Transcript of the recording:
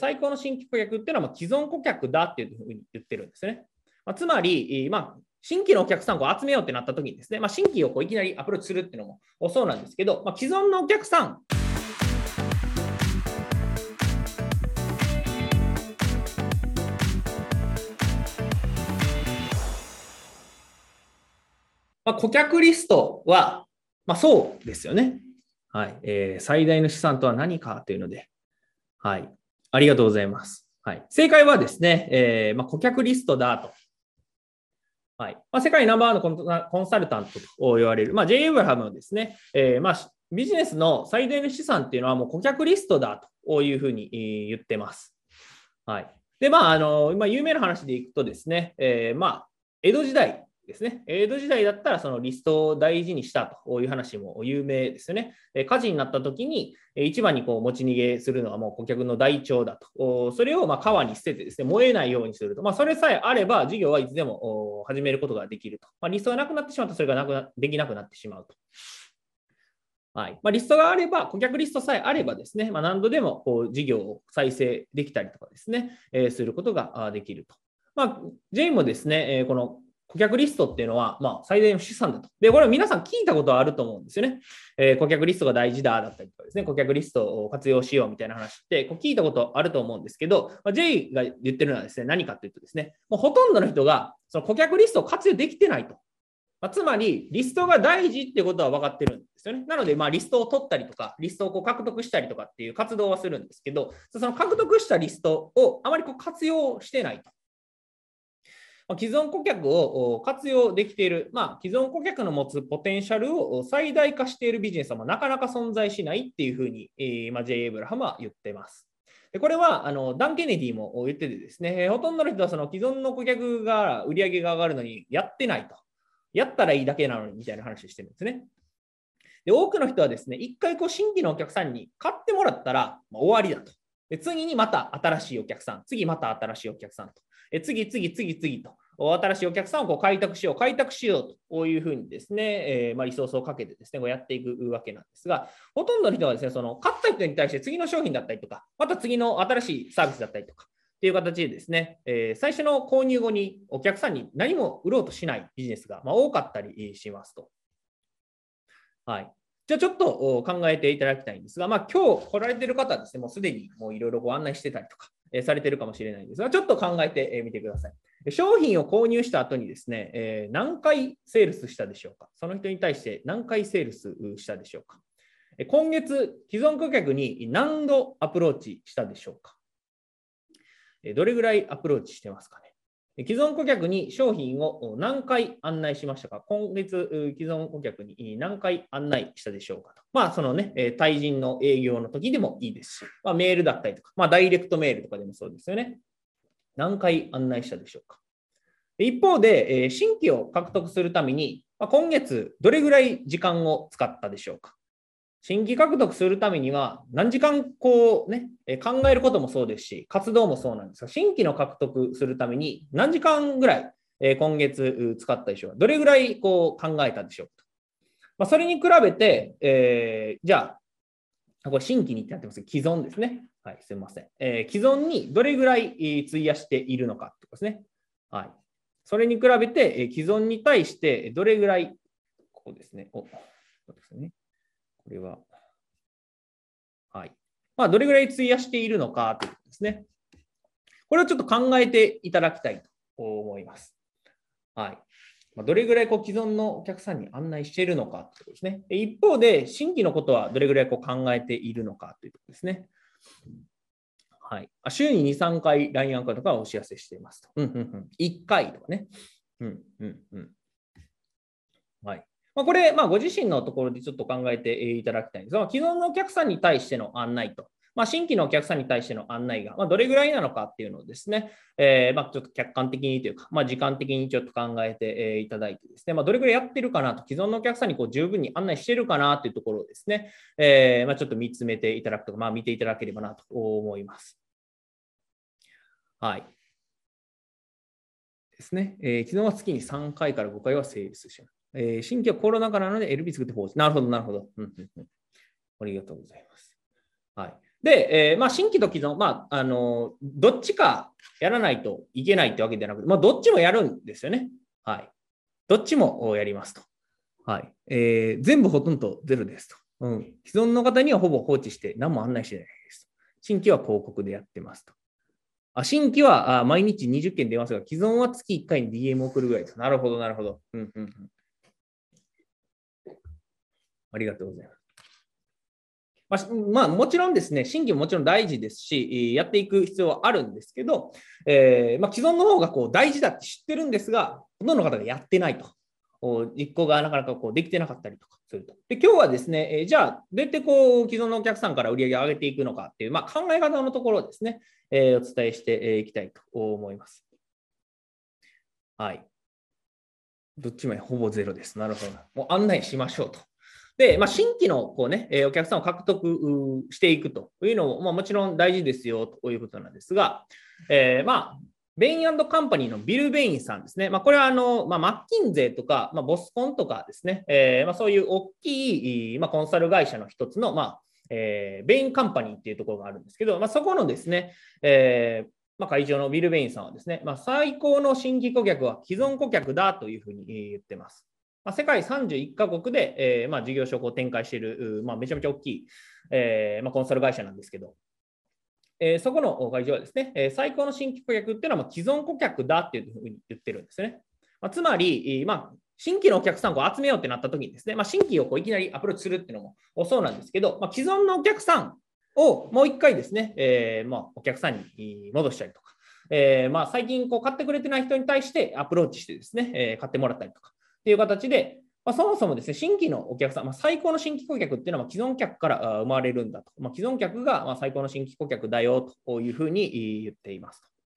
最高の新規顧客っていうのは既存顧客だっていうふうに言ってるんですね。つまり、新規のお客さんを集めようってなった時にですね、新規をいきなりアプローチするっていうのもそうなんですけど、既存のお客さん、顧客リストは、そうですよね。はい。最大の資産とは何かというので、はい。ありがとうございます。はい。正解はですね、顧客リストだと。はい。世界ナンバーワンのコンサルタントと言われる、J. エイブラハムのですね、ビジネスの最大の資産っていうのはもう顧客リストだというふうに言ってます。はい。で、有名な話でいくとですね、江戸時代ですね。江戸時代だったらそのリストを大事にしたという話も有名ですよね。火事になった時に一番に持ち逃げするのはもう顧客の台帳だと。それを川に捨ててですね、燃えないようにすると。それさえあれば事業はいつでも始めることができると。リストがなくなってしまうとそれができなくなってしまうと。はい。リストがあれば、顧客リストさえあればですね、何度でも事業を再生できたりとかですね、することができると。ジェインもですね、この顧客リストっていうのは、最大の資産だと。で、これは皆さん聞いたことはあると思うんですよね。顧客リストが大事だったりとかですね、顧客リストを活用しようみたいな話って聞いたことあると思うんですけど、ジェイが言ってるのはですね、何かというとですね、もうほとんどの人がその顧客リストを活用できてないと。つまり、リストが大事ってことは分かってるんですよね。なので、リストを取ったりとか、リストを獲得したりとかっていう活動はするんですけど、その獲得したリストをあまり活用してないと。既存顧客を活用できている、既存顧客の持つポテンシャルを最大化しているビジネスはなかなか存在しないっていうふうに、J. エイブラハムは言っています。でこれはダン・ケネディも言っててですね、ほとんどの人はその既存の顧客が売り上げが上がるのにやってないと。やったらいいだけなのにみたいな話をしてるんですね。で多くの人はですね、一回新規のお客さんに買ってもらったら終わりだと。で次にまた新しいお客さん、次また新しいお客さんと。次と。新しいお客さんを開拓しようというふうにですね、リソースをかけてですね、やっていくわけなんですが、ほとんどの人はですね、その買った人に対して次の商品だったりとか、また次の新しいサービスだったりとか、っていう形でですね、最初の購入後にお客さんに何も売ろうとしないビジネスが多かったりしますと。はい。じゃあちょっと考えていただきたいんですが、今日来られている方はですね、もうすでにいろいろご案内してたりとか、されているかもしれないんですが、ちょっと考えてみてください。商品を購入した後にですね、何回セールスしたでしょうか。その人に対して何回セールスしたでしょうか。今月、既存顧客に何度アプローチしたでしょうか。どれぐらいアプローチしてますかね。既存顧客に商品を何回案内しましたか。今月、既存顧客に何回案内したでしょうかと。そのね、対人の営業の時でもいいですし、メールだったりとか、ダイレクトメールとかでもそうですよね。何回案内したでしょうか。一方で、新規を獲得するために、今月、どれぐらい時間を使ったでしょうか。新規獲得するためには何時間考えることもそうですし、活動もそうなんですが、新規の獲得するために何時間ぐらい今月使ったでしょうか。どれぐらい考えたでしょうか。それに比べて、じゃあ、これ新規にってなってますけど、既存ですね。はい、すみません。既存にどれぐらい費やしているのかってことですね。はい。それに比べて、既存に対してどれぐらい、ここですね。そうですね。これは、はい。どれぐらい費やしているのかということですね。これをちょっと考えていただきたいと思います。はい。どれぐらい既存のお客さんに案内しているのかということですね。一方で、新規のことはどれぐらい考えているのかということですね。はい。週に2、3回 LINE アンカーとかお知らせしていますと。1回とかね。はい。これ、ご自身のところでちょっと考えていただきたいんですが、既存のお客さんに対しての案内と、新規のお客さんに対しての案内が、どれぐらいなのかっていうのをですね、ちょっと客観的にというか、時間的にちょっと考えていただいてですね、どれぐらいやってるかなと、既存のお客さんに十分に案内してるかなというところをですね、ちょっと見つめていただくとか、見ていただければなと思います。はい。ですね。既存は月に3回から5回はセールスします。新規はコロナ禍なので LP 作って放置。なるほど、なるほど。ありがとうございます。はい。 で、新規と既存、どっちかやらないといけないってわけじゃなくて、どっちもやるんですよね。はい。どっちもやりますと。はい。全部ほとんどゼロですと。既存の方にはほぼ放置して何も案内してないです。新規は広告でやってますと。新規は毎日20件出ますが、既存は月1回に DM 送るぐらいです。なるほど、なるほど。ありがとうございます。もちろんですね、新規ももちろん大事ですし、やっていく必要はあるんですけど、既存の方が大事だって知ってるんですが、ほとんどの方がやってないと。実行がなかなかできてなかったりとかすると。で、今日はですね、じゃあ、どうやって既存のお客さんから売り上げを上げていくのかっていう、考え方のところをですね、お伝えしていきたいと思います。はい。どっちもほぼゼロです。なるほど。もう案内しましょうと。で、新規のお客さんを獲得していくというのも、もちろん大事ですよということなんですが、ベイン&カンパニーのビル・ベインさんですね。これはマッキンゼーとか、ボスコンとかですね、そういう大きい、コンサル会社の一つの、ベインカンパニーっていうところがあるんですけど、そこのですね、会長のビル・ベインさんはですね、最高の新規顧客は既存顧客だというふうに言ってます。世界31カ国で、事業所を展開している、めちゃめちゃ大きい、コンサル会社なんですけど、そこの会長はですね、最高の新規顧客っていうのは既存顧客だっていうふうに言ってるんですね。つまり、新規のお客さんを集めようってなった時にですね、新規をいきなりアプローチするっていうのもそうなんですけど、既存のお客さんをもう一回ですね、お客さんに戻したりとか、最近買ってくれてない人に対してアプローチしてですね、買ってもらったりとかっていう形で、そもそもですね、新規のお客さん、最高の新規顧客っていうのは既存客から生まれるんだと。既存客が最高の新規顧客だよというふうに言っていますと。